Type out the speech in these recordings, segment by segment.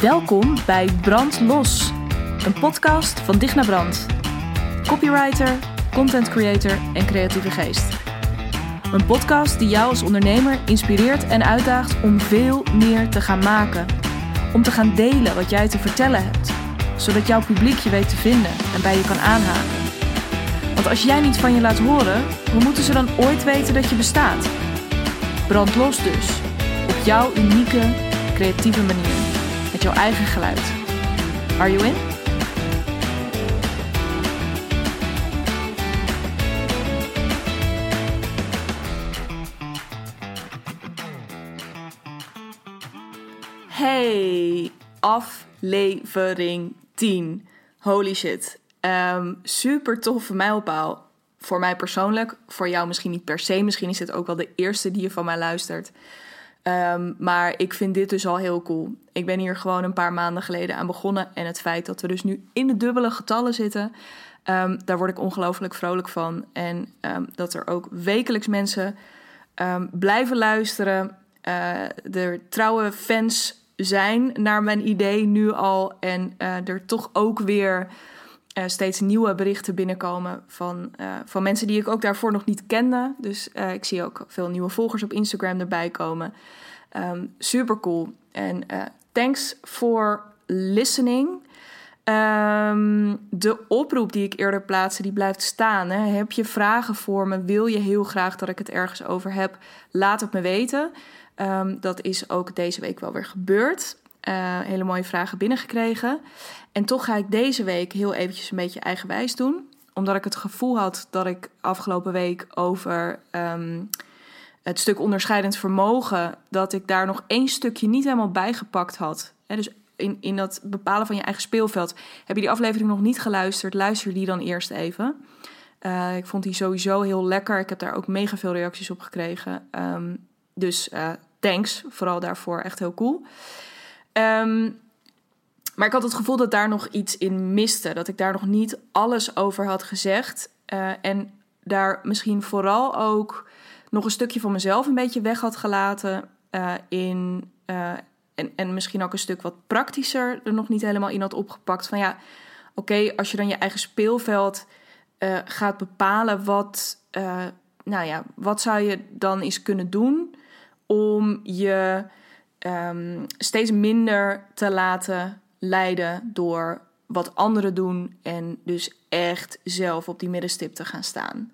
Welkom bij Brand Los, een podcast van Digna Brand. Copywriter, content creator en creatieve geest. Een podcast die jou als ondernemer inspireert en uitdaagt om veel meer te gaan maken. Om te gaan delen wat jij te vertellen hebt, zodat jouw publiek je weet te vinden en bij je kan aanhaken. Want als jij niet van je laat horen, hoe moeten ze dan ooit weten dat je bestaat? Brand los dus, op jouw unieke, creatieve manier. Met jouw eigen geluid. Are you in? Hey, aflevering 10. Holy shit. Super toffe mijlpaal. Voor mij persoonlijk, voor jou misschien niet per se. Misschien is dit ook wel de eerste die je van mij luistert. Maar ik vind dit dus al heel cool. Ik ben hier gewoon een paar maanden geleden aan begonnen. En het feit dat we dus nu in de dubbele getallen zitten, daar word ik ongelooflijk vrolijk van. En dat er ook wekelijks mensen blijven luisteren. Er trouwe fans zijn naar mijn idee nu al. En er toch ook weer steeds nieuwe berichten binnenkomen van mensen die ik ook daarvoor nog niet kende. Dus ik zie ook veel nieuwe volgers op Instagram erbij komen. Super cool. En thanks for listening. De oproep die ik eerder plaatste, die blijft staan. Hè. Heb je vragen voor me? Wil je heel graag dat ik het ergens over heb? Laat het me weten. Dat is ook deze week wel weer gebeurd. Hele mooie vragen binnengekregen. En toch ga ik deze week heel eventjes een beetje eigenwijs doen. Omdat ik het gevoel had dat ik afgelopen week over het stuk onderscheidend vermogen, dat ik daar nog één stukje niet helemaal bijgepakt had. Dus in dat bepalen van je eigen speelveld. Heb je die aflevering nog niet geluisterd? Luister die dan eerst even. Ik vond die sowieso heel lekker. Ik heb daar ook mega veel reacties op gekregen. Dus thanks, vooral daarvoor. Echt heel cool. Maar ik had het gevoel dat daar nog iets in miste. Dat ik daar nog niet alles over had gezegd. En daar misschien vooral ook nog een stukje van mezelf een beetje weg had gelaten. En misschien ook een stuk wat praktischer er nog niet helemaal in had opgepakt. Van ja, oké, als je dan je eigen speelveld gaat bepalen, wat zou je dan eens kunnen doen om je steeds minder te laten leiden door wat anderen doen en dus echt zelf op die middenstip te gaan staan.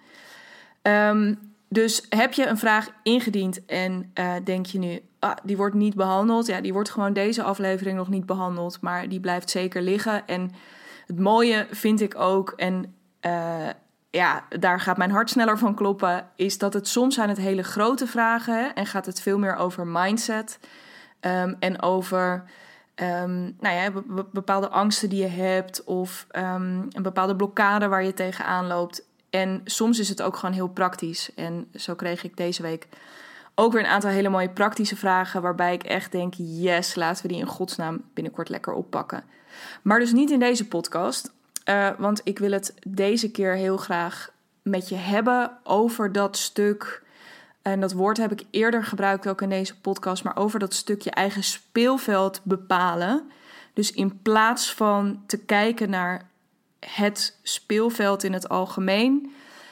Dus heb je een vraag ingediend en denk je nu, die wordt niet behandeld. Ja, die wordt gewoon deze aflevering nog niet behandeld, maar die blijft zeker liggen. En het mooie vind ik ook, en daar gaat mijn hart sneller van kloppen, is dat het soms zijn het hele grote vragen, hè, en gaat het veel meer over mindset en over bepaalde angsten die je hebt of een bepaalde blokkade waar je tegenaan loopt. En soms is het ook gewoon heel praktisch. En zo kreeg ik deze week ook weer een aantal hele mooie praktische vragen, waarbij ik echt denk, yes, laten we die in godsnaam binnenkort lekker oppakken. Maar dus niet in deze podcast, want ik wil het deze keer heel graag met je hebben over dat stuk. En dat woord heb ik eerder gebruikt ook in deze podcast, maar over dat stukje eigen speelveld bepalen. Dus in plaats van te kijken naar het speelveld in het algemeen,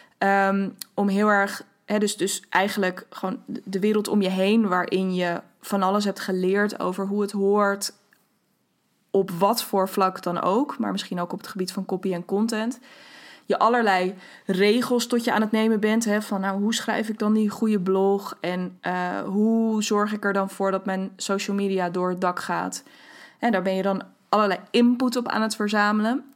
om heel erg, dus eigenlijk gewoon de wereld om je heen, waarin je van alles hebt geleerd over hoe het hoort, op wat voor vlak dan ook, maar misschien ook op het gebied van copy en content. Je allerlei regels tot je aan het nemen bent. Van hoe schrijf ik dan die goede blog? En hoe zorg ik er dan voor dat mijn social media door het dak gaat? En daar ben je dan allerlei input op aan het verzamelen.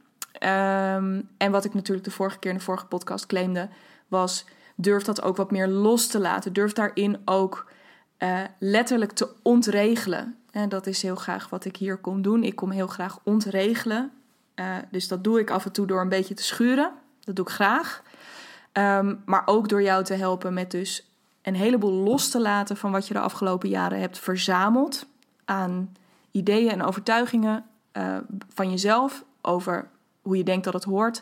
En wat ik natuurlijk de vorige keer in de vorige podcast claimde, was durf dat ook wat meer los te laten. Durf daarin ook letterlijk te ontregelen. En dat is heel graag wat ik hier kom doen. Ik kom heel graag ontregelen. Dus dat doe ik af en toe door een beetje te schuren. Dat doe ik graag. Maar ook door jou te helpen met dus een heleboel los te laten van wat je de afgelopen jaren hebt verzameld aan ideeën en overtuigingen van jezelf over hoe je denkt dat het hoort.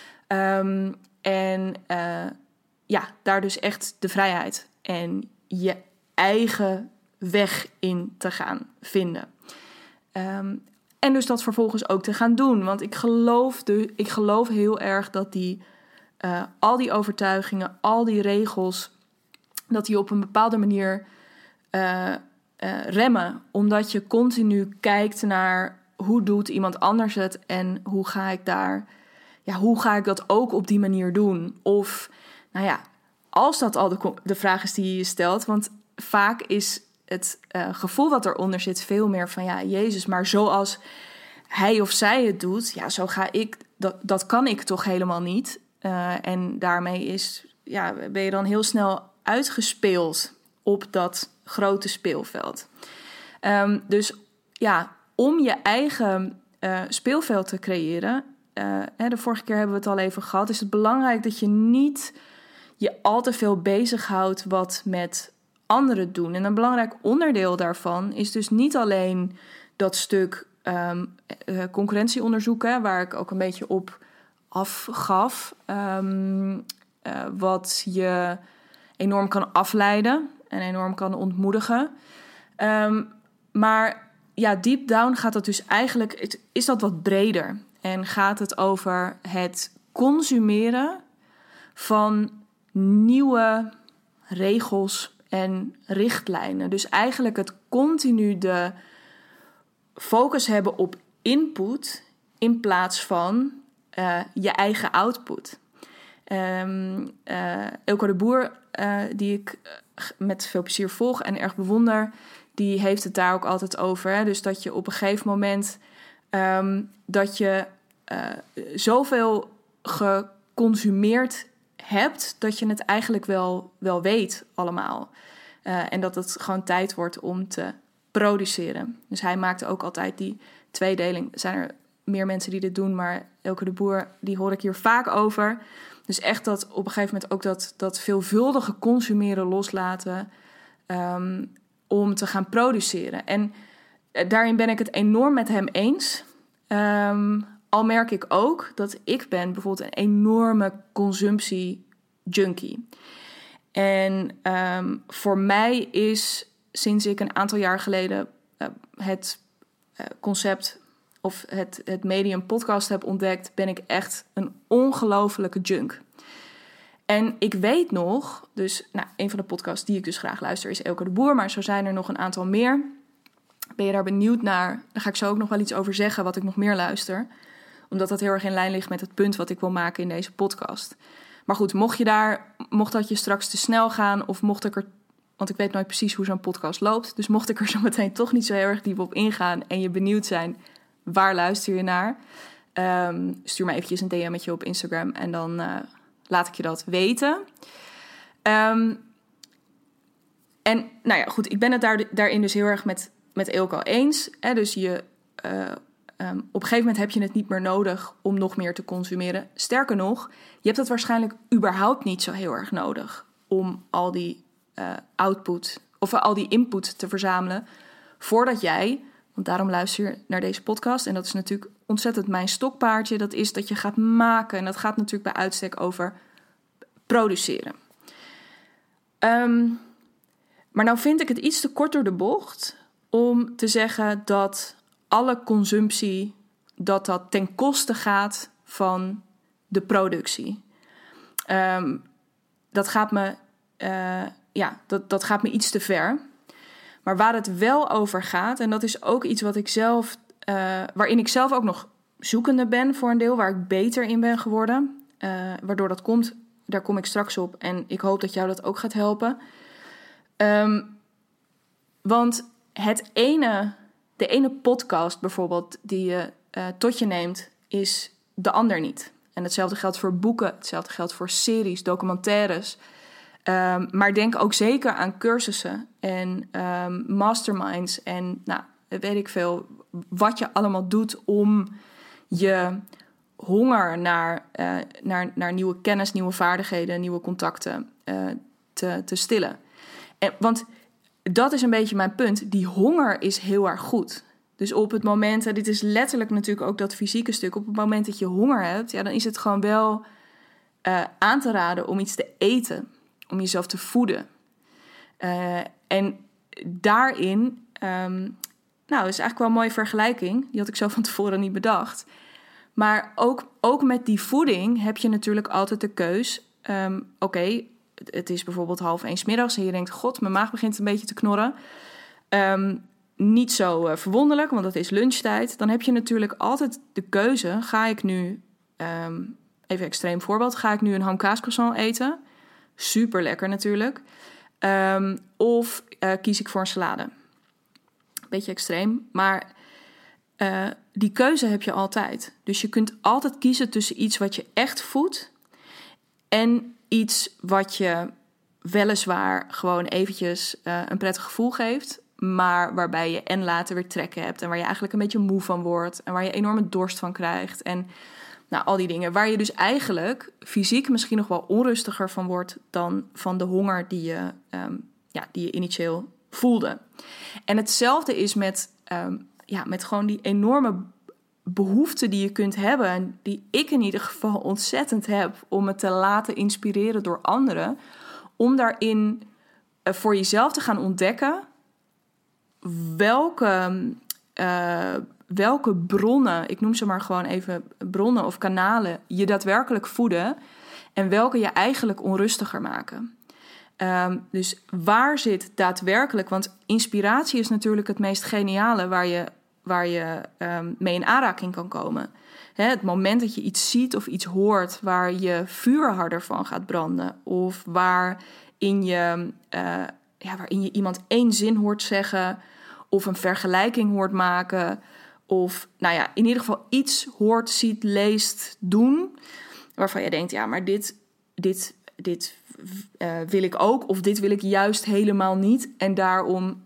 Daar dus echt de vrijheid en je eigen weg in te gaan vinden. En dus dat vervolgens ook te gaan doen. Want ik geloof heel erg dat al die overtuigingen, al die regels, dat die op een bepaalde manier remmen. Omdat je continu kijkt naar hoe doet iemand anders het en hoe ga ik dat ook op die manier doen? Of, als dat al de vraag is die je je stelt, want vaak is het gevoel wat eronder zit veel meer van, Jezus, maar zoals hij of zij het doet, zo ga ik, dat kan ik toch helemaal niet. En daarmee ben je dan heel snel uitgespeeld op dat grote speelveld. Dus om je eigen speelveld te creëren, de vorige keer hebben we het al even gehad, is het belangrijk dat je niet je al te veel bezighoudt wat met anderen doen. En een belangrijk onderdeel daarvan is dus niet alleen dat stuk concurrentieonderzoeken, waar ik ook een beetje op afgaf, wat je enorm kan afleiden en enorm kan ontmoedigen. Maar deep down gaat dat dus eigenlijk, is dat wat breder. En gaat het over het consumeren van nieuwe regels en richtlijnen. Dus eigenlijk het continu de focus hebben op input in plaats van je eigen output. Eelco de Boer, die ik met veel plezier volg en erg bewonder, die heeft het daar ook altijd over. Hè? Dus dat je op een gegeven moment dat je zoveel geconsumeerd hebt, dat je het eigenlijk wel weet allemaal. En dat het gewoon tijd wordt om te produceren. Dus hij maakte ook altijd die tweedeling. Er zijn er meer mensen die dit doen, maar Eelco de Boer, die hoor ik hier vaak over. Dus echt dat op een gegeven moment ook dat veelvuldige consumeren loslaten om te gaan produceren. En daarin ben ik het enorm met hem eens. Al merk ik ook dat ik ben bijvoorbeeld een enorme consumptie-junkie. En voor mij is sinds ik een aantal jaar geleden het concept of het medium podcast heb ontdekt, ben ik echt een ongelofelijke junk. En ik weet nog, dus een van de podcasts die ik dus graag luister is Eelco de Boer, maar zo zijn er nog een aantal meer. Ben je daar benieuwd naar? Daar ga ik zo ook nog wel iets over zeggen wat ik nog meer luister. Omdat dat heel erg in lijn ligt met het punt wat ik wil maken in deze podcast. Maar goed, mocht dat je straks te snel gaan of mocht ik er, want ik weet nooit precies hoe zo'n podcast loopt, dus mocht ik er zo meteen toch niet zo heel erg diep op ingaan en je benieuwd zijn, waar luister je naar? Stuur me eventjes een DM'tje op Instagram en dan laat ik je dat weten. En goed, ik ben het daarin dus heel erg met Eelco eens. Hè? Dus op een gegeven moment heb je het niet meer nodig om nog meer te consumeren. Sterker nog, je hebt het waarschijnlijk überhaupt niet zo heel erg nodig om al die output of al die input te verzamelen voordat jij, want daarom luister je naar deze podcast en dat is natuurlijk ontzettend mijn stokpaardje, dat is dat je gaat maken en dat gaat natuurlijk bij uitstek over produceren. Maar nou vind ik het iets te kort door de bocht om te zeggen dat alle consumptie, dat ten koste gaat van de productie. Dat gaat me iets te ver. Maar waar het wel over gaat, en dat is ook iets wat ik zelf, waarin ik zelf ook nog zoekende ben voor een deel, waar ik beter in ben geworden. Waardoor dat komt, daar kom ik straks op. En ik hoop dat jou dat ook gaat helpen. Want de ene podcast bijvoorbeeld die je tot je neemt, is de ander niet. En hetzelfde geldt voor boeken, hetzelfde geldt voor series, documentaires. Maar denk ook zeker aan cursussen en masterminds en weet ik veel, wat je allemaal doet om je honger naar nieuwe kennis, nieuwe vaardigheden, nieuwe contacten te stillen. Want dat is een beetje mijn punt. Die honger is heel erg goed. Dus op het moment, dit is letterlijk natuurlijk ook dat fysieke stuk, op het moment dat je honger hebt, dan is het gewoon wel aan te raden om iets te eten, om jezelf te voeden. En daarin, Nou, dat is eigenlijk wel een mooie vergelijking. Die had ik zo van tevoren niet bedacht. Maar ook met die voeding heb je natuurlijk altijd de keus. Oké, het is bijvoorbeeld 12:30 middags en je denkt, god, mijn maag begint een beetje te knorren. Niet zo verwonderlijk, want het is lunchtijd. Dan heb je natuurlijk altijd de keuze, ga ik nu, even extreem voorbeeld, ga ik nu een ham-kaascroissant eten? Super lekker natuurlijk. Of kies ik voor een salade? Beetje extreem, maar die keuze heb je altijd. Dus je kunt altijd kiezen tussen iets wat je echt voedt en iets wat je weliswaar gewoon eventjes een prettig gevoel geeft, maar waarbij je en later weer trekken hebt en waar je eigenlijk een beetje moe van wordt en waar je enorme dorst van krijgt en nou, al die dingen. Waar je dus eigenlijk fysiek misschien nog wel onrustiger van wordt dan van de honger die je initieel voelde. En hetzelfde is met gewoon die enorme behoefte die je kunt hebben, en die ik in ieder geval ontzettend heb, om me te laten inspireren door anderen, om daarin voor jezelf te gaan ontdekken welke bronnen, ik noem ze maar gewoon even bronnen of kanalen, je daadwerkelijk voeden en welke je eigenlijk onrustiger maken. Dus waar zit daadwerkelijk, want inspiratie is natuurlijk het meest geniale waar je mee in aanraking kan komen. Het moment dat je iets ziet of iets hoort waar je vuur harder van gaat branden, of waarin je iemand één zin hoort zeggen, of een vergelijking hoort maken, of in ieder geval iets hoort, ziet, leest, doen, waarvan je denkt, ja, maar dit wil ik ook, of dit wil ik juist helemaal niet. En daarom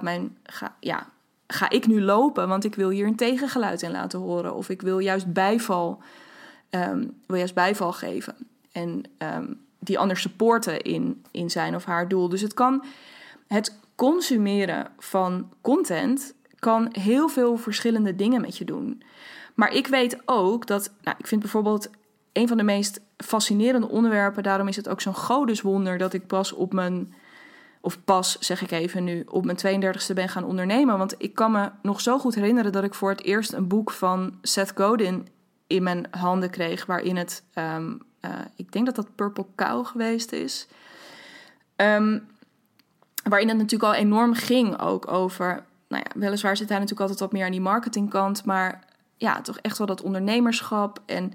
ga ik nu lopen, want ik wil hier een tegengeluid in laten horen. Of ik wil juist bijval geven. En die ander supporten in zijn of haar doel. Dus het consumeren van content kan heel veel verschillende dingen met je doen. Maar ik weet ook dat, ik vind bijvoorbeeld een van de meest fascinerende onderwerpen, daarom is het ook zo'n godeswonder dat ik op mijn 32e ben gaan ondernemen. Want ik kan me nog zo goed herinneren dat ik voor het eerst een boek van Seth Godin in mijn handen kreeg, waarin het, ik denk dat dat Purple Cow geweest is, waarin het natuurlijk al enorm ging ook over, weliswaar zit hij natuurlijk altijd wat meer aan die marketingkant, maar ja, toch echt wel dat ondernemerschap. En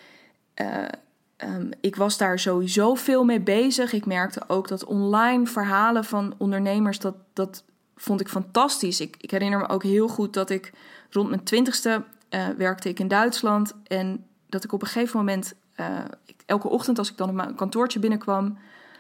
ik was daar sowieso veel mee bezig. Ik merkte ook dat online verhalen van ondernemers, dat vond ik fantastisch. Ik herinner me ook heel goed dat ik rond mijn 20e werkte ik in Duitsland. En dat ik op een gegeven moment, elke ochtend als ik dan op mijn kantoortje binnenkwam,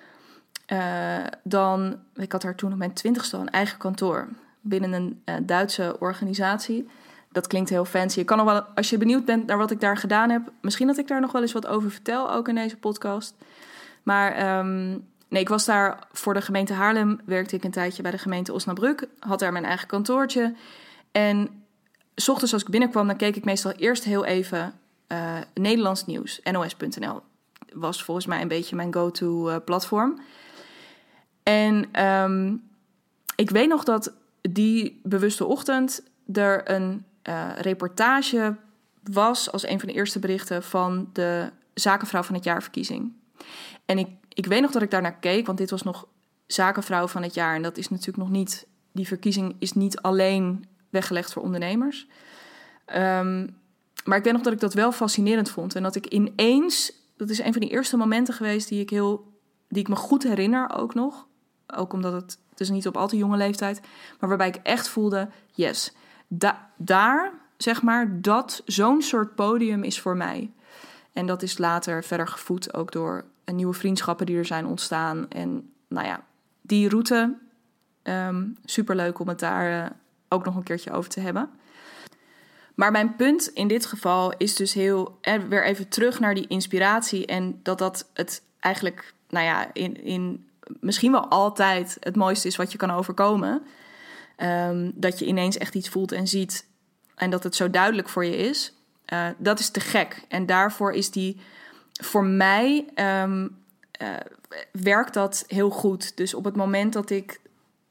ik had daar toen op mijn 20e al een eigen kantoor binnen een Duitse organisatie. Dat klinkt heel fancy. Je kan nog wel, als je benieuwd bent naar wat ik daar gedaan heb, misschien dat ik daar nog wel eens wat over vertel, ook in deze podcast. Maar ik was daar voor de gemeente Haarlem, werkte ik een tijdje bij de gemeente Osnabrück, had daar mijn eigen kantoortje. En 's ochtends als ik binnenkwam, dan keek ik meestal eerst heel even Nederlands nieuws, NOS.nl. Was volgens mij een beetje mijn go-to platform. En ik weet nog dat die bewuste ochtend er een reportage was als een van de eerste berichten van de Zakenvrouw van het Jaarverkiezing. En ik weet nog dat ik daarnaar keek, want dit was nog Zakenvrouw van het Jaar. En dat is natuurlijk nog niet, die verkiezing is niet alleen weggelegd voor ondernemers. Maar ik weet nog dat ik dat wel fascinerend vond. En dat ik ineens, dat is een van die eerste momenten geweest die ik me goed herinner ook nog. Ook omdat het is niet op al te jonge leeftijd, maar waarbij ik echt voelde, yes, daar, zeg maar, zo'n soort podium is voor mij. En dat is later verder gevoed ook door nieuwe vriendschappen die er zijn ontstaan. En die route, superleuk om het daar ook nog een keertje over te hebben. Maar mijn punt in dit geval is dus weer even terug naar die inspiratie. En dat het eigenlijk, in misschien wel altijd het mooiste is wat je kan overkomen. Dat je ineens echt iets voelt en ziet en dat het zo duidelijk voor je is. Dat is te gek. En daarvoor is voor mij werkt dat heel goed. Dus op het moment dat ik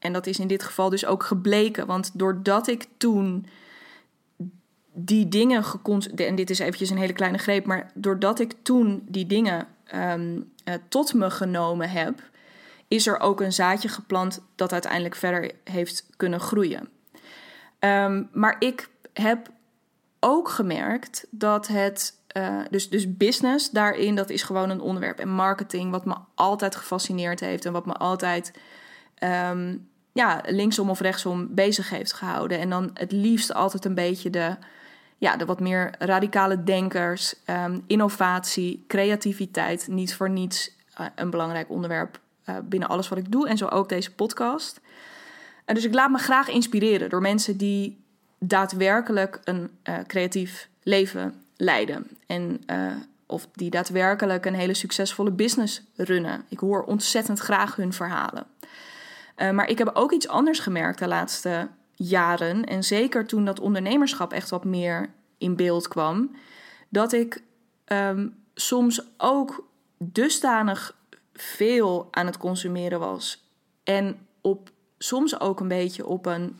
En dat is in dit geval dus ook gebleken. Want doordat ik toen die dingen en dit is eventjes een hele kleine greep, maar doordat ik toen die dingen tot me genomen heb, is er ook een zaadje geplant dat uiteindelijk verder heeft kunnen groeien. Maar ik heb ook gemerkt dat het dus business daarin, dat is gewoon een onderwerp. En marketing, wat me altijd gefascineerd heeft en wat me altijd linksom of rechtsom bezig heeft gehouden. En dan het liefst altijd een beetje de wat meer radicale denkers, innovatie, creativiteit. Niet voor niets een belangrijk onderwerp binnen alles wat ik doe. En zo ook deze podcast. Dus ik laat me graag inspireren door mensen die daadwerkelijk een creatief leven leiden. Of die daadwerkelijk een hele succesvolle business runnen. Ik hoor ontzettend graag hun verhalen. Maar ik heb ook iets anders gemerkt de laatste jaren. En zeker toen dat ondernemerschap echt wat meer in beeld kwam. Dat ik soms ook dusdanig veel aan het consumeren was. En soms ook een beetje op een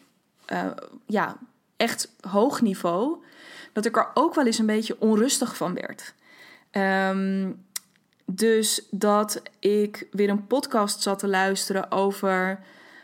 echt hoog niveau. Dat ik er ook wel eens een beetje onrustig van werd. Dus dat ik weer een podcast zat te luisteren over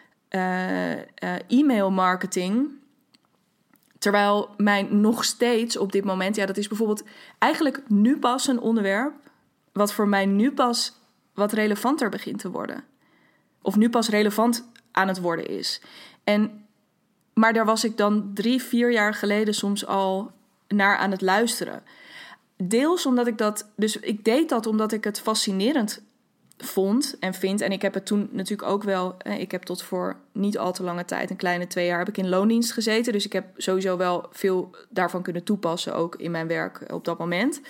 e-mail marketing. Terwijl mij nog steeds op dit moment, dat is bijvoorbeeld eigenlijk nu pas een onderwerp wat voor mij nu pas wat relevanter begint te worden. Of nu pas relevant aan het worden is. Maar daar was ik dan 3-4 jaar geleden soms al naar aan het luisteren. Deels omdat ik deed dat omdat ik het fascinerend vond en vind. En ik heb het toen natuurlijk ook wel. Ik heb tot voor niet al te lange tijd, een kleine 2 jaar, heb ik in loondienst gezeten. Dus ik heb sowieso wel veel daarvan kunnen toepassen, ook in mijn werk op dat moment.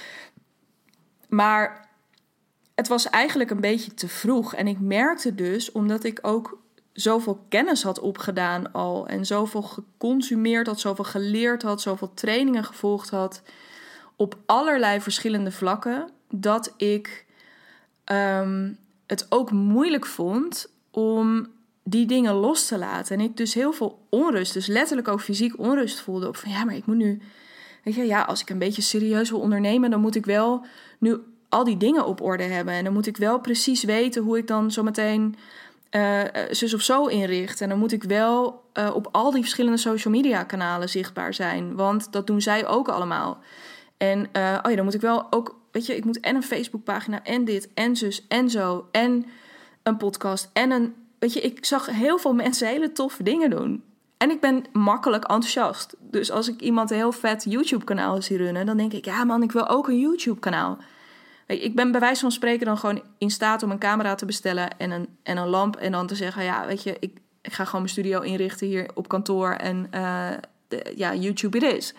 Maar het was eigenlijk een beetje te vroeg. En ik merkte dus, omdat ik ook zoveel kennis had opgedaan al en zoveel geconsumeerd had, zoveel geleerd had, zoveel trainingen gevolgd had op allerlei verschillende vlakken, dat ik het ook moeilijk vond om die dingen los te laten. En ik dus heel veel onrust, dus letterlijk ook fysiek onrust voelde. Op van maar ik moet nu, als ik een beetje serieus wil ondernemen, dan moet ik wel nu al die dingen op orde hebben. En dan moet ik wel precies weten hoe ik dan zometeen zus of zo inricht. En dan moet ik wel op al die verschillende social media kanalen zichtbaar zijn. Want dat doen zij ook allemaal. En dan moet ik wel ook, ik moet en een Facebookpagina en dit en zus en zo en een podcast en ik zag heel veel mensen hele toffe dingen doen. En ik ben makkelijk enthousiast. Dus als ik iemand een heel vet YouTube-kanaal zie runnen, dan denk ik, ik wil ook een YouTube-kanaal. Ik ben bij wijze van spreken dan gewoon in staat om een camera te bestellen en een lamp. En dan te zeggen, ik ga gewoon mijn studio inrichten hier op kantoor. En YouTube it is.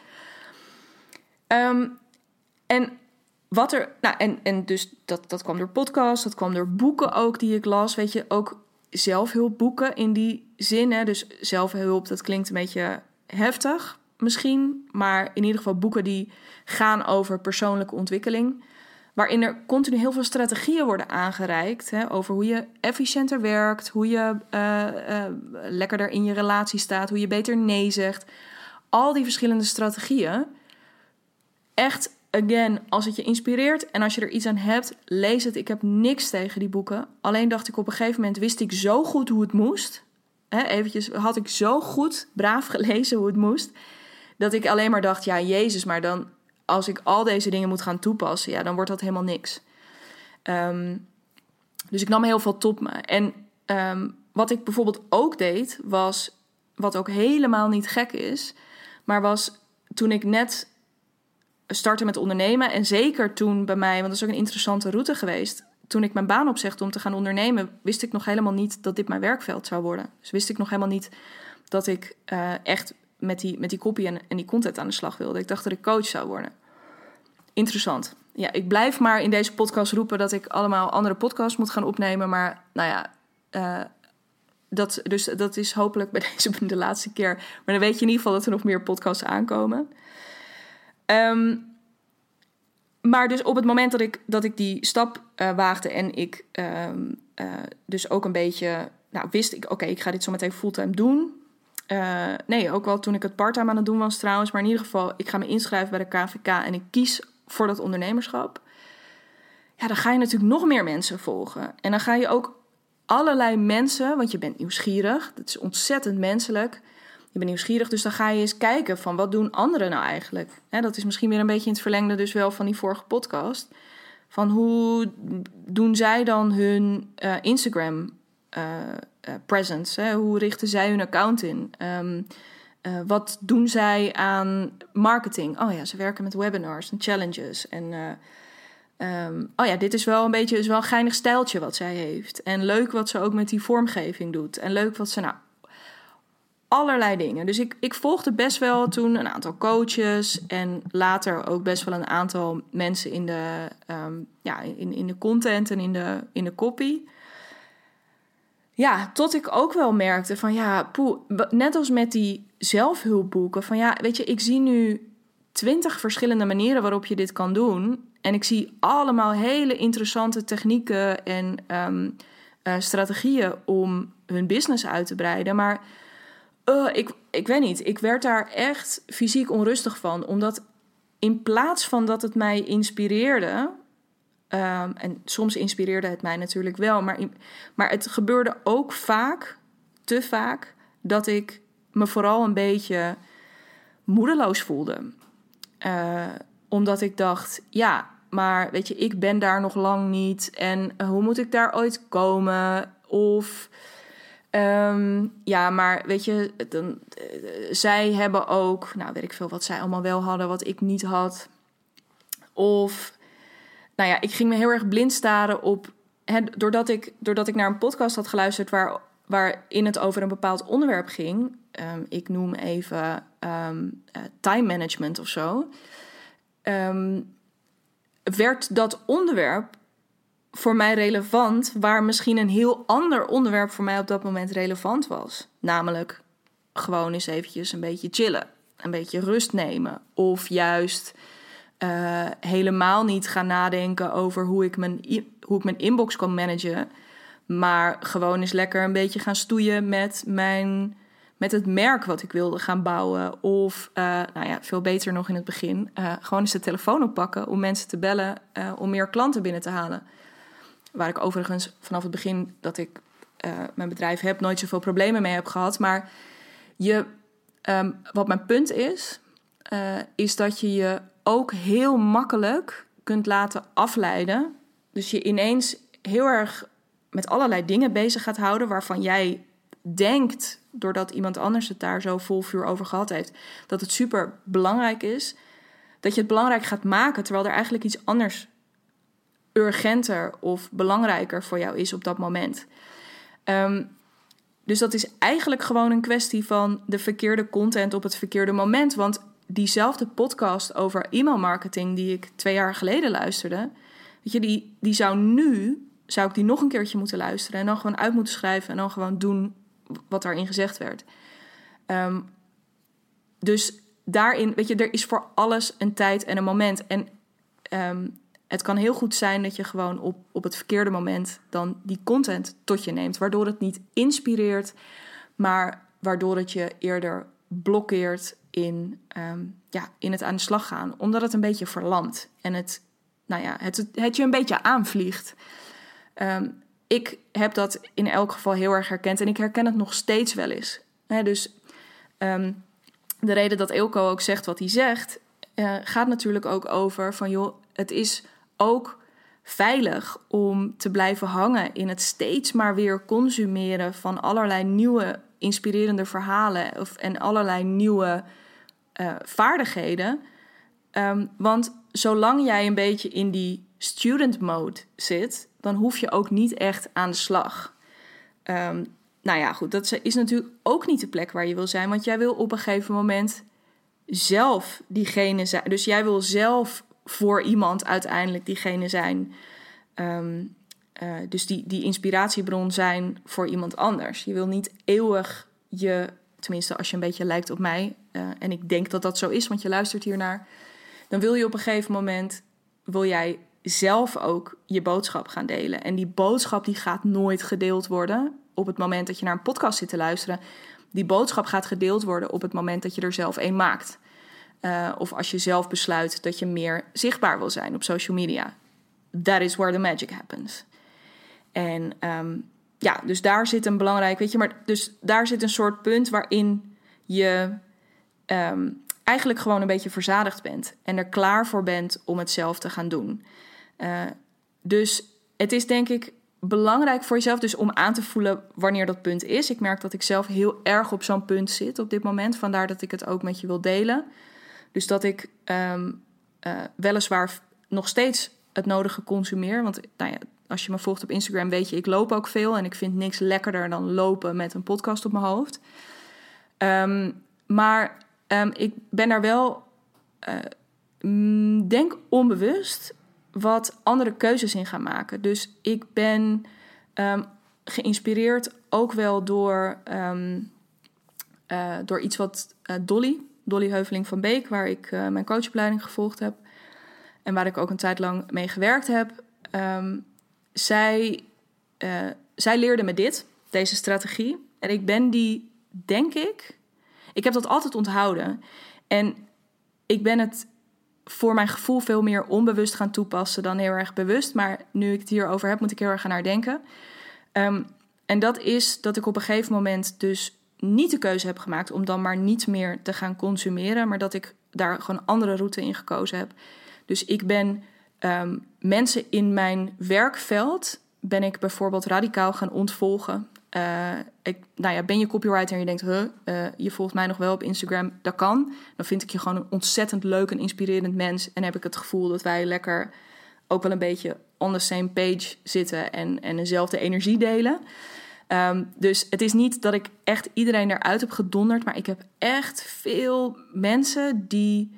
Dus dat kwam door podcasts, dat kwam door boeken ook die ik las. Ook zelfhulpboeken in die zin. Hè? Dus zelfhulp, dat klinkt een beetje heftig misschien. Maar in ieder geval boeken die gaan over persoonlijke ontwikkeling. Waarin er continu heel veel strategieën worden aangereikt. Hè, over hoe je efficiënter werkt. Hoe je lekkerder in je relatie staat. Hoe je beter nee zegt. Al die verschillende strategieën. Echt, again, als het je inspireert en als je er iets aan hebt, lees het. Ik heb niks tegen die boeken. Alleen dacht ik op een gegeven moment, wist ik zo goed hoe het moest. Had ik zo goed, braaf gelezen hoe het moest. Dat ik alleen maar dacht, Jezus, maar dan, als ik al deze dingen moet gaan toepassen, dan wordt dat helemaal niks. Dus ik nam heel veel tot me. En wat ik bijvoorbeeld ook deed, was, wat ook helemaal niet gek is, maar was toen ik net startte met ondernemen, en zeker toen bij mij, want dat is ook een interessante route geweest, toen ik mijn baan opzegde om te gaan ondernemen, wist ik nog helemaal niet dat dit mijn werkveld zou worden. Dus wist ik nog helemaal niet dat ik echt met die copy en die content aan de slag wilde. Ik dacht dat ik coach zou worden. Interessant. Ja, ik blijf maar in deze podcast roepen dat ik allemaal andere podcasts moet gaan opnemen, maar dat is hopelijk bij deze de laatste keer. Maar dan weet je in ieder geval dat er nog meer podcasts aankomen. Maar dus op het moment dat ik die stap waagde en ik dus ook een beetje wist ik, oké, ik ga dit zo meteen fulltime doen. Nee, ook wel toen ik het parttime aan het doen was trouwens. Maar in ieder geval, ik ga me inschrijven bij de KVK en ik kies voor dat ondernemerschap. Ja, dan ga je natuurlijk nog meer mensen volgen. En dan ga je ook allerlei mensen, want je bent nieuwsgierig. Dat is ontzettend menselijk. Je bent nieuwsgierig, dus dan ga je eens kijken van wat doen anderen nou eigenlijk. Dat is misschien weer een beetje in het verlengde dus wel van die vorige podcast. Van hoe doen zij dan hun Instagram presence? Hoe richten zij hun account in? Wat doen zij aan marketing? Oh ja, ze werken met webinars en challenges. En dit is wel een geinig stijltje wat zij heeft. En leuk wat ze ook met die vormgeving doet. En leuk wat ze allerlei dingen. Dus ik volgde best wel toen een aantal coaches en later ook best wel een aantal mensen in de content en in de copy. Ja, tot ik ook wel merkte van net als met die zelfhulpboeken van weet je, ik zie nu 20 verschillende manieren waarop je dit kan doen. En ik zie allemaal hele interessante technieken en strategieën om hun business uit te breiden. Maar ik weet niet, ik werd daar echt fysiek onrustig van. Omdat in plaats van dat het mij inspireerde, en soms inspireerde het mij natuurlijk wel, maar het gebeurde ook te vaak, dat ik me vooral een beetje moedeloos voelde. Omdat ik dacht, maar weet je, ik ben daar nog lang niet. En hoe moet ik daar ooit komen? Of, maar weet je, zij hebben ook, weet ik veel wat zij allemaal wel hadden, wat ik niet had. Of, ik ging me heel erg blind staren op, doordat ik naar een podcast had geluisterd waarin het over een bepaald onderwerp ging. Ik noem even time management of zo. Werd dat onderwerp voor mij relevant, waar misschien een heel ander onderwerp voor mij op dat moment relevant was. Namelijk gewoon eens eventjes een beetje chillen, een beetje rust nemen. Of juist helemaal niet gaan nadenken over hoe ik mijn inbox kan managen, maar gewoon eens lekker een beetje gaan stoeien met het merk wat ik wilde gaan bouwen. Of, veel beter nog in het begin, gewoon eens de telefoon oppakken om mensen te bellen, om meer klanten binnen te halen. Waar ik overigens vanaf het begin dat ik mijn bedrijf heb, nooit zoveel problemen mee heb gehad. Maar wat mijn punt is dat je je ook heel makkelijk kunt laten afleiden. Dus je ineens heel erg met allerlei dingen bezig gaat houden waarvan jij denkt, doordat iemand anders het daar zo vol vuur over gehad heeft, dat het super belangrijk is, dat je het belangrijk gaat maken, terwijl er eigenlijk iets anders urgenter of belangrijker voor jou is op dat moment. Dus dat is eigenlijk gewoon een kwestie van de verkeerde content op het verkeerde moment. Want diezelfde podcast over e-mailmarketing die ik 2 jaar geleden luisterde, weet je, die zou ik die nog een keertje moeten luisteren en dan gewoon uit moeten schrijven en dan gewoon doen wat daarin gezegd werd. Dus daarin, weet je, er is voor alles een tijd en een moment. En het kan heel goed zijn dat je gewoon op het verkeerde moment dan die content tot je neemt, waardoor het niet inspireert, maar waardoor het je eerder blokkeert in het aan de slag gaan, omdat het een beetje verlamt en het je een beetje aanvliegt. Ik heb dat in elk geval heel erg herkend en ik herken het nog steeds wel eens. Dus de reden dat Eelco ook zegt wat hij zegt, gaat natuurlijk ook over van joh, het is ook veilig om te blijven hangen in het steeds maar weer consumeren van allerlei nieuwe inspirerende verhalen en allerlei nieuwe vaardigheden. Want zolang jij een beetje in die student mode zit, dan hoef je ook niet echt aan de slag. Goed, dat is natuurlijk ook niet de plek waar je wil zijn, want jij wil op een gegeven moment zelf diegene zijn. Dus jij wil zelf voor iemand uiteindelijk diegene zijn. Dus die inspiratiebron zijn voor iemand anders. Je wil niet eeuwig tenminste als je een beetje lijkt op mij, en ik denk dat dat zo is, want je luistert hiernaar, dan wil je op een gegeven moment, wil jij zelf ook je boodschap gaan delen. En die boodschap die gaat nooit gedeeld worden op het moment dat je naar een podcast zit te luisteren. Die boodschap gaat gedeeld worden op het moment dat je er zelf een maakt. Of als je zelf besluit dat je meer zichtbaar wil zijn op social media. That is where the magic happens. En dus daar zit een belangrijk, dus daar zit een soort punt waarin je eigenlijk gewoon een beetje verzadigd bent. En er klaar voor bent om het zelf te gaan doen. Dus het is denk ik belangrijk voor jezelf dus om aan te voelen wanneer dat punt is. Ik merk dat ik zelf heel erg op zo'n punt zit op dit moment. Vandaar dat ik het ook met je wil delen. Dus dat ik weliswaar nog steeds het nodige consumeer. Want als je me volgt op Instagram weet je, ik loop ook veel. En ik vind niks lekkerder dan lopen met een podcast op mijn hoofd. Maar ik ben daar wel, denk onbewust, wat andere keuzes in gaan maken. Dus ik ben geïnspireerd ook wel door iets wat Dolly Heuveling van Beek, waar ik mijn coachopleiding gevolgd heb en waar ik ook een tijd lang mee gewerkt heb. Zij leerde me deze strategie. En ik ben die, denk ik heb dat altijd onthouden. En ik ben het voor mijn gevoel veel meer onbewust gaan toepassen dan heel erg bewust. Maar nu ik het hierover heb, moet ik heel erg gaan nadenken. En dat is dat ik op een gegeven moment dus niet de keuze heb gemaakt om dan maar niet meer te gaan consumeren, maar dat ik daar gewoon een andere route in gekozen heb. Dus ik ben mensen in mijn werkveld ben ik bijvoorbeeld radicaal gaan ontvolgen. Ben je copywriter en je denkt, je volgt mij nog wel op Instagram, dat kan. Dan vind ik je gewoon een ontzettend leuk en inspirerend mens en heb ik het gevoel dat wij lekker ook wel een beetje on the same page zitten en dezelfde energie delen. Dus het is niet dat ik echt iedereen eruit heb gedonderd, maar ik heb echt veel mensen die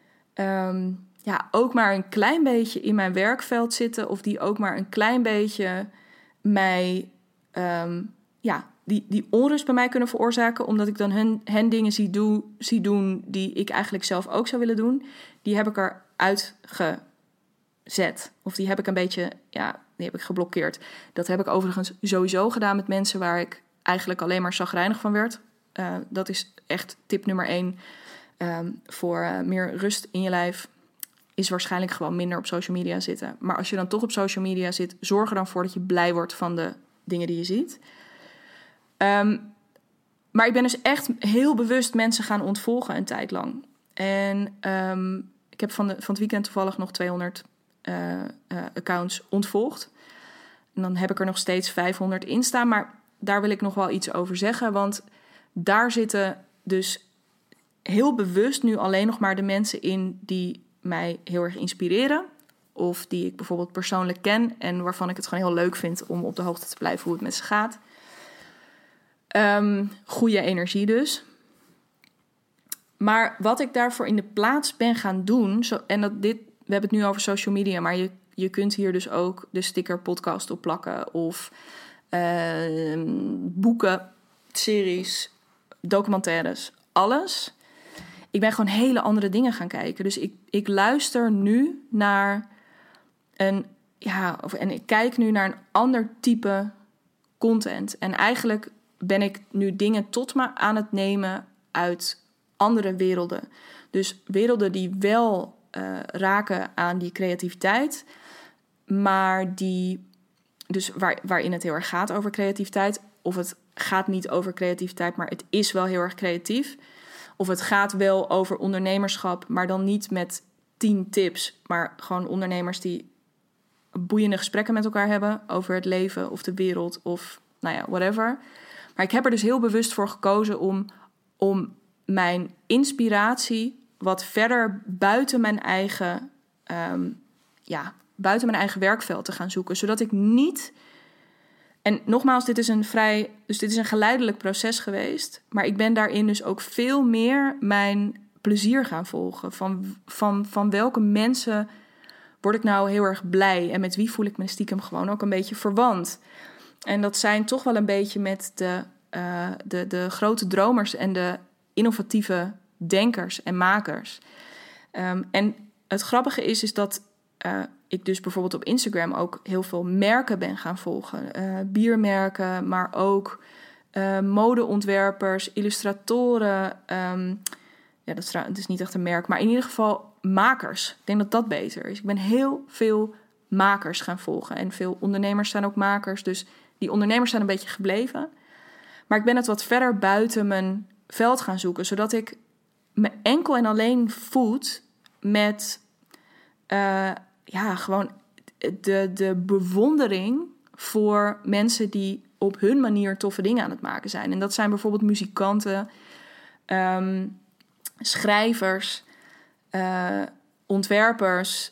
ook maar een klein beetje in mijn werkveld zitten of die ook maar een klein beetje mij die onrust bij mij kunnen veroorzaken, omdat ik dan hen dingen zie doen die ik eigenlijk zelf ook zou willen doen. Die heb ik eruit gezet. Of die heb ik een beetje, die heb ik geblokkeerd. Dat heb ik overigens sowieso gedaan met mensen waar ik eigenlijk alleen maar chagrijnig van werd. Dat is echt tip nummer 1 voor meer rust in je lijf. Is waarschijnlijk gewoon minder op social media zitten. Maar als je dan toch op social media zit, zorg er dan voor dat je blij wordt van de dingen die je ziet. Maar ik ben dus echt heel bewust mensen gaan ontvolgen een tijd lang. En ik heb van het weekend toevallig nog 200 accounts ontvolgd. En dan heb ik er nog steeds 500 in staan. Maar daar wil ik nog wel iets over zeggen. Want daar zitten dus heel bewust nu alleen nog maar de mensen in die mij heel erg inspireren. Of die ik bijvoorbeeld persoonlijk ken en waarvan ik het gewoon heel leuk vind om op de hoogte te blijven hoe het met ze gaat. Goede energie dus. Maar wat ik daarvoor in de plaats ben gaan doen, we hebben het nu over social media, maar je kunt hier dus ook de sticker podcast op plakken of boeken, series, documentaires, alles. Ik ben gewoon hele andere dingen gaan kijken. Dus ik luister nu naar en ik kijk nu naar een ander type content. En eigenlijk ben ik nu dingen tot me aan het nemen uit andere werelden. Dus werelden die wel raken aan die creativiteit, maar waarin het heel erg gaat over creativiteit. Of het gaat niet over creativiteit, maar het is wel heel erg creatief. Of het gaat wel over ondernemerschap, maar dan niet met 10 tips, maar gewoon ondernemers die boeiende gesprekken met elkaar hebben over het leven of de wereld of whatever. Maar ik heb er dus heel bewust voor gekozen om mijn inspiratie wat verder buiten mijn eigen werkveld te gaan zoeken. Zodat ik niet. En nogmaals, dit is een geleidelijk proces geweest. Maar ik ben daarin dus ook veel meer mijn plezier gaan volgen. Van welke mensen word ik nou heel erg blij? En met wie voel ik me stiekem gewoon ook een beetje verwant? En dat zijn toch wel een beetje met de grote dromers en de innovatieve denkers en makers. En het grappige is dat ik dus bijvoorbeeld op Instagram ook heel veel merken ben gaan volgen. Biermerken, maar ook modeontwerpers, illustratoren. Het is niet echt een merk, maar in ieder geval makers. Ik denk dat dat beter is. Ik ben heel veel makers gaan volgen. En veel ondernemers zijn ook makers. Dus die ondernemers zijn een beetje gebleven. Maar ik ben het wat verder buiten mijn veld gaan zoeken. Zodat ik me enkel en alleen voed met gewoon de bewondering voor mensen die op hun manier toffe dingen aan het maken zijn. En dat zijn bijvoorbeeld muzikanten, schrijvers, ontwerpers,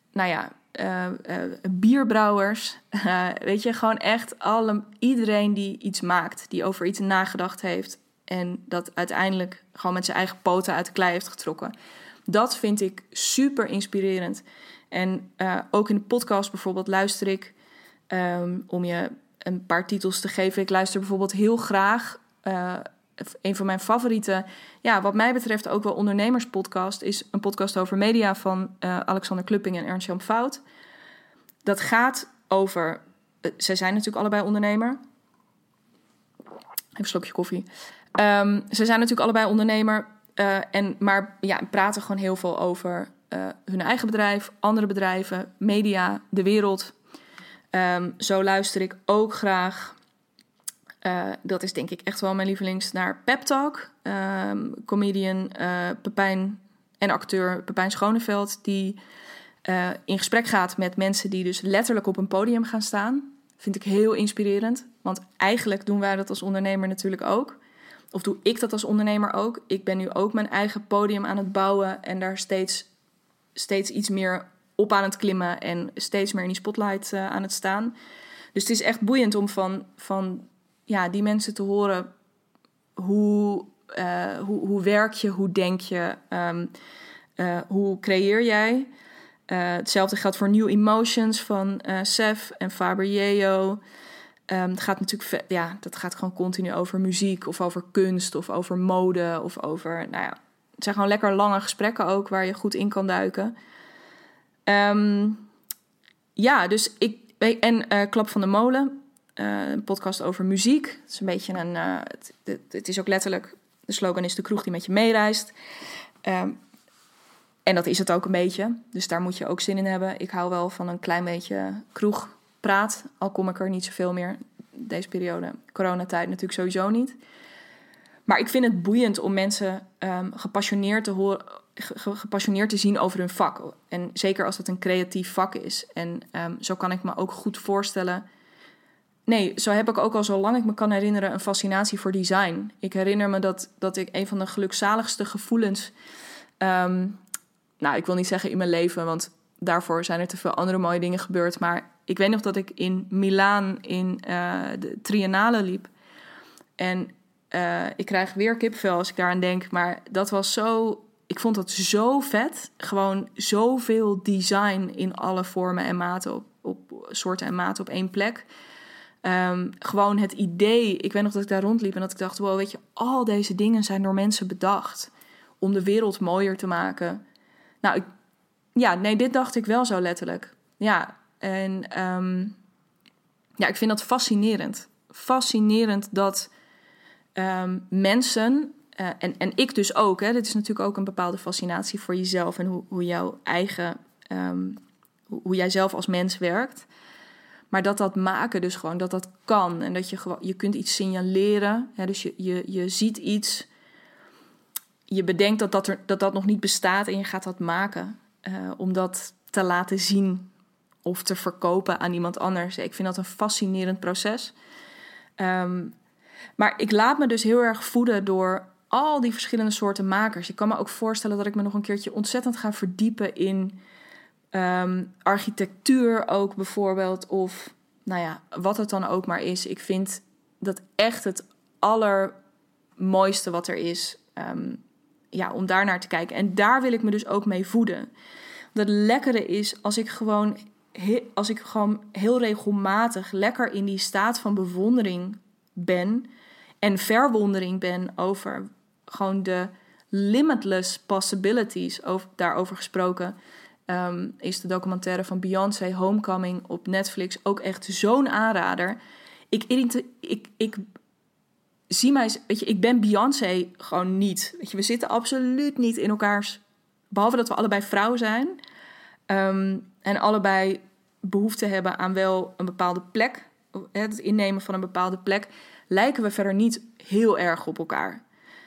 bierbrouwers. Weet je, gewoon echt iedereen die iets maakt, die over iets nagedacht heeft en dat uiteindelijk gewoon met zijn eigen poten uit de klei heeft getrokken. Dat vind ik super inspirerend. En ook in de podcast bijvoorbeeld luister ik, om je een paar titels te geven. Ik luister bijvoorbeeld heel graag, een van mijn favorieten, wat mij betreft ook wel ondernemerspodcast, is een podcast over media van Alexander Klupping en Ernst-Jan Fout. Dat gaat over, zij zijn natuurlijk allebei ondernemer. Even een slokje koffie. Ze zijn natuurlijk allebei ondernemer, maar praten gewoon heel veel over hun eigen bedrijf, andere bedrijven, media, de wereld. Zo luister ik ook graag. Dat is denk ik echt wel mijn lievelings naar Pep Talk. Comedian Pepijn en acteur Pepijn Schoneveld, die in gesprek gaat met mensen die dus letterlijk op een podium gaan staan. Vind ik heel inspirerend. Want eigenlijk doen wij dat als ondernemer natuurlijk ook. Of doe ik dat als ondernemer ook. Ik ben nu ook mijn eigen podium aan het bouwen en daar steeds iets meer op aan het klimmen en steeds meer in die spotlight aan het staan. Dus het is echt boeiend om van die mensen te horen. Hoe werk je, hoe denk je, hoe creëer jij? Hetzelfde geldt voor New Emotions van Sef en Faber Yeo. Het gaat natuurlijk dat gaat gewoon continu over muziek of over kunst of over mode of over, het zijn gewoon lekker lange gesprekken ook waar je goed in kan duiken. Klap van de Molen, een podcast over muziek. Het is een beetje het is ook letterlijk, de slogan is de kroeg die met je meereist. En dat is het ook een beetje. Dus daar moet je ook zin in hebben. Ik hou wel van een klein beetje kroegpraat. Al kom ik er niet zoveel meer. Deze periode, coronatijd natuurlijk sowieso niet. Maar ik vind het boeiend om mensen gepassioneerd te zien over hun vak. En zeker als het een creatief vak is. En zo kan ik me ook goed voorstellen. Nee, zo heb ik ook al zolang ik me kan herinneren een fascinatie voor design. Ik herinner me dat ik een van de gelukzaligste gevoelens, ik wil niet zeggen in mijn leven, want daarvoor zijn er te veel andere mooie dingen gebeurd. Maar ik weet nog dat ik in Milaan in de Triennale liep. En ik krijg weer kipvel als ik daaraan denk. Maar dat was zo, ik vond dat zo vet. Gewoon zoveel design in alle vormen en maten, op soorten en maten op één plek. Gewoon het idee, ik weet nog dat ik daar rondliep en dat ik dacht, wow, weet je, al deze dingen zijn door mensen bedacht om de wereld mooier te maken. Dit dacht ik wel zo letterlijk. Ja, en ik vind dat fascinerend. Fascinerend dat mensen, en ik dus ook, dit is natuurlijk ook een bepaalde fascinatie voor jezelf en hoe jouw eigen, hoe jij zelf als mens werkt. Maar dat maken dus gewoon, dat kan. En dat je kunt iets signaleren. Hè, dus je ziet iets. Je bedenkt dat nog niet bestaat en je gaat dat maken. Om dat te laten zien of te verkopen aan iemand anders. Ik vind dat een fascinerend proces. Maar ik laat me dus heel erg voeden door al die verschillende soorten makers. Ik kan me ook voorstellen dat ik me nog een keertje ontzettend ga verdiepen in architectuur ook bijvoorbeeld. Of wat het dan ook maar is. Ik vind dat echt het allermooiste wat er is. Om daar naar te kijken. En daar wil ik me dus ook mee voeden. Het lekkere is als ik gewoon heel regelmatig lekker in die staat van bewondering ben en verwondering ben over gewoon de limitless possibilities, daarover gesproken, is de documentaire van Beyoncé, Homecoming, op Netflix. Ook echt zo'n aanrader. Ik zie mij... Weet je, ik ben Beyoncé gewoon niet. Weet je, we zitten absoluut niet in elkaars... Behalve dat we allebei vrouw zijn. En allebei behoefte hebben aan wel een bepaalde plek. Het innemen van een bepaalde plek. Lijken we verder niet heel erg op elkaar.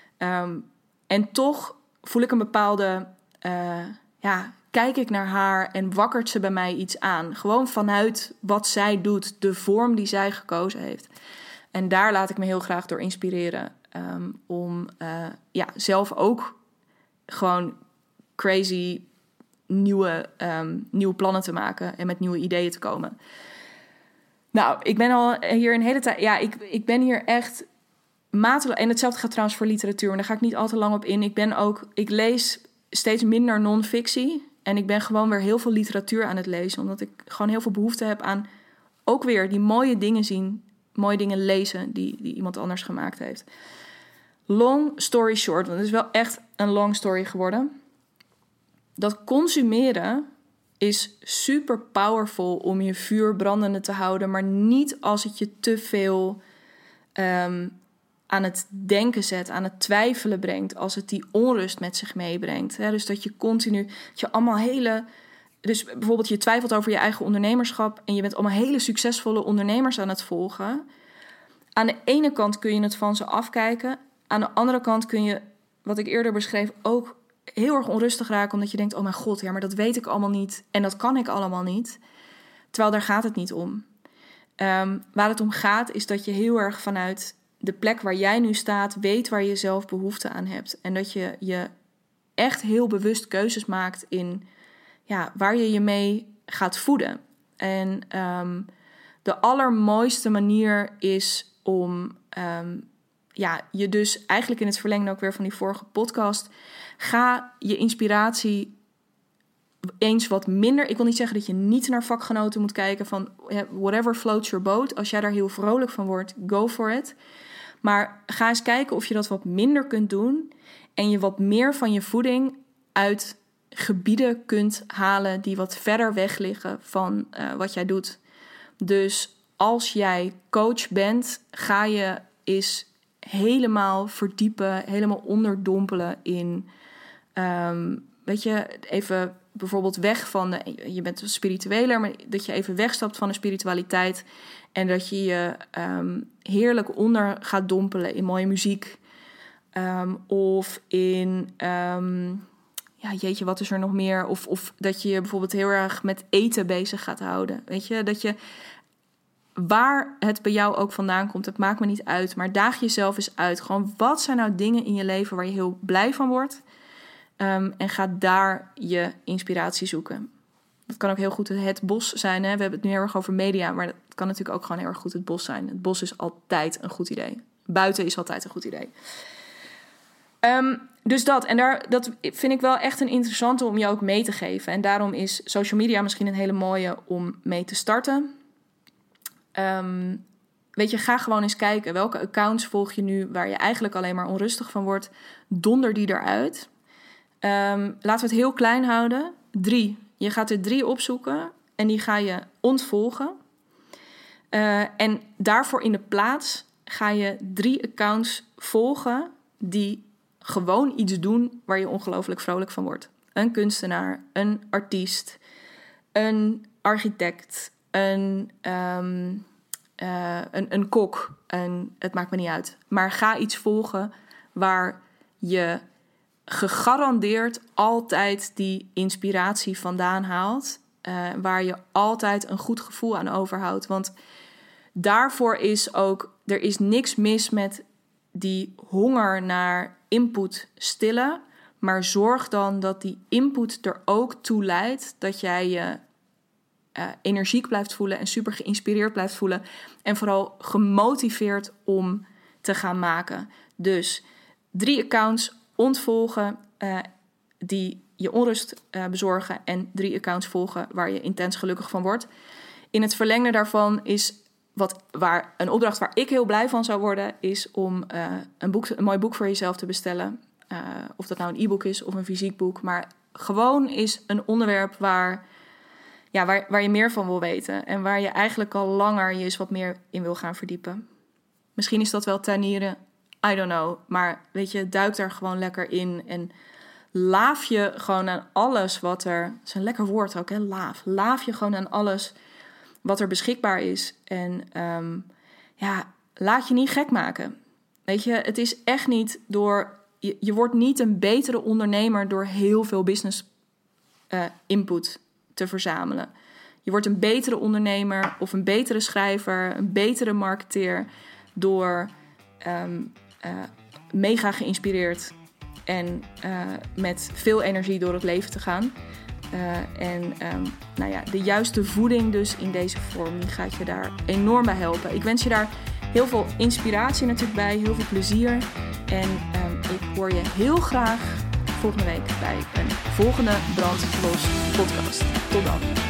En toch voel ik een bepaalde... kijk ik naar haar en wakkert ze bij mij iets aan. Gewoon vanuit wat zij doet. De vorm die zij gekozen heeft. En daar laat ik me heel graag door inspireren. Om zelf ook gewoon crazy nieuwe plannen te maken. En met nieuwe ideeën te komen. Nou, ik ben al hier een hele tijd... Ja, ik ben hier echt mateloos... En hetzelfde gaat trouwens voor literatuur. Maar daar ga ik niet al te lang op in. Ik lees steeds minder non-fictie. En ik ben gewoon weer heel veel literatuur aan het lezen. Omdat ik gewoon heel veel behoefte heb aan... ook weer die mooie dingen zien... mooie dingen lezen die iemand anders gemaakt heeft. Long story short, want het is wel echt een long story geworden. Dat consumeren is super powerful om je vuur brandende te houden, maar niet als het je te veel aan het denken zet, aan het twijfelen brengt, als het die onrust met zich meebrengt. Hè? Dus dat je continu, dat je allemaal dus bijvoorbeeld je twijfelt over je eigen ondernemerschap en je bent allemaal hele succesvolle ondernemers aan het volgen. Aan de ene kant kun je het van ze afkijken. Aan de andere kant kun je, wat ik eerder beschreef, ook heel erg onrustig raken. Omdat je denkt, oh mijn god, ja, maar dat weet ik allemaal niet. En dat kan ik allemaal niet. Terwijl daar gaat het niet om. Waar het om gaat is dat je heel erg vanuit de plek waar jij nu staat weet waar je zelf behoefte aan hebt. En dat je echt heel bewust keuzes maakt in waar je je mee gaat voeden. En de allermooiste manier is om je dus eigenlijk in het verlengde ook weer van die vorige podcast, ga je inspiratie eens wat minder. Ik wil niet zeggen dat je niet naar vakgenoten moet kijken van whatever floats your boat. Als jij daar heel vrolijk van wordt, go for it. Maar ga eens kijken of je dat wat minder kunt doen en je wat meer van je voeding uit gebieden kunt halen die wat verder weg liggen van wat jij doet. Dus als jij coach bent, ga je eens helemaal verdiepen, helemaal onderdompelen in, even bijvoorbeeld weg van je bent spiritueler, maar dat je even wegstapt van de spiritualiteit en dat je je heerlijk onder gaat dompelen in mooie muziek, of in, wat is er nog meer? Of dat je je bijvoorbeeld heel erg met eten bezig gaat houden. Weet je, dat je, waar het bij jou ook vandaan komt, het maakt me niet uit. Maar daag jezelf eens uit. Gewoon, wat zijn nou dingen in je leven waar je heel blij van wordt? En ga daar je inspiratie zoeken. Dat kan ook heel goed het bos zijn. Hè? We hebben het nu heel erg over media, maar dat kan natuurlijk ook gewoon heel erg goed het bos zijn. Het bos is altijd een goed idee. Buiten is altijd een goed idee. Dus dat. En dat vind ik wel echt een interessante om je ook mee te geven. En daarom is social media misschien een hele mooie om mee te starten. Ga gewoon eens kijken. Welke accounts volg je nu waar je eigenlijk alleen maar onrustig van wordt? Donder die eruit. Laten we het heel klein houden. 3. Je gaat er 3 opzoeken en die ga je ontvolgen. En daarvoor in de plaats ga je 3 accounts volgen die gewoon iets doen waar je ongelooflijk vrolijk van wordt. Een kunstenaar, een artiest, een architect, een kok. Het maakt me niet uit. Maar ga iets volgen waar je gegarandeerd altijd die inspiratie vandaan haalt. Waar je altijd een goed gevoel aan overhoudt. Want daarvoor is ook, er is niks mis met die honger naar input stillen. Maar zorg dan dat die input er ook toe leidt dat jij je energiek blijft voelen en super geïnspireerd blijft voelen. En vooral gemotiveerd om te gaan maken. Dus 3 accounts ontvolgen die je onrust bezorgen. En 3 accounts volgen waar je intens gelukkig van wordt. In het verlengde daarvan is een opdracht waar ik heel blij van zou worden, is om een mooi boek voor jezelf te bestellen. Of dat nou een e-book is of een fysiek boek. Maar gewoon is een onderwerp waar je meer van wil weten. En waar je eigenlijk al langer je eens wat meer in wil gaan verdiepen. Misschien is dat wel tuinieren, I don't know. Maar weet je, duik daar gewoon lekker in. En laaf je gewoon aan alles wat er... Dat is een lekker woord ook, hè, laaf. Laaf je gewoon aan alles wat er beschikbaar is. En laat je niet gek maken. Weet je, het is echt niet door... Je wordt niet een betere ondernemer door heel veel business input te verzamelen. Je wordt een betere ondernemer of een betere schrijver, een betere marketeer door mega geïnspireerd en met veel energie door het leven te gaan. De juiste voeding dus in deze vorm, die gaat je daar enorm bij helpen. Ik wens je daar heel veel inspiratie natuurlijk bij, heel veel plezier. En ik hoor je heel graag volgende week bij een volgende Brand Los podcast. Tot dan.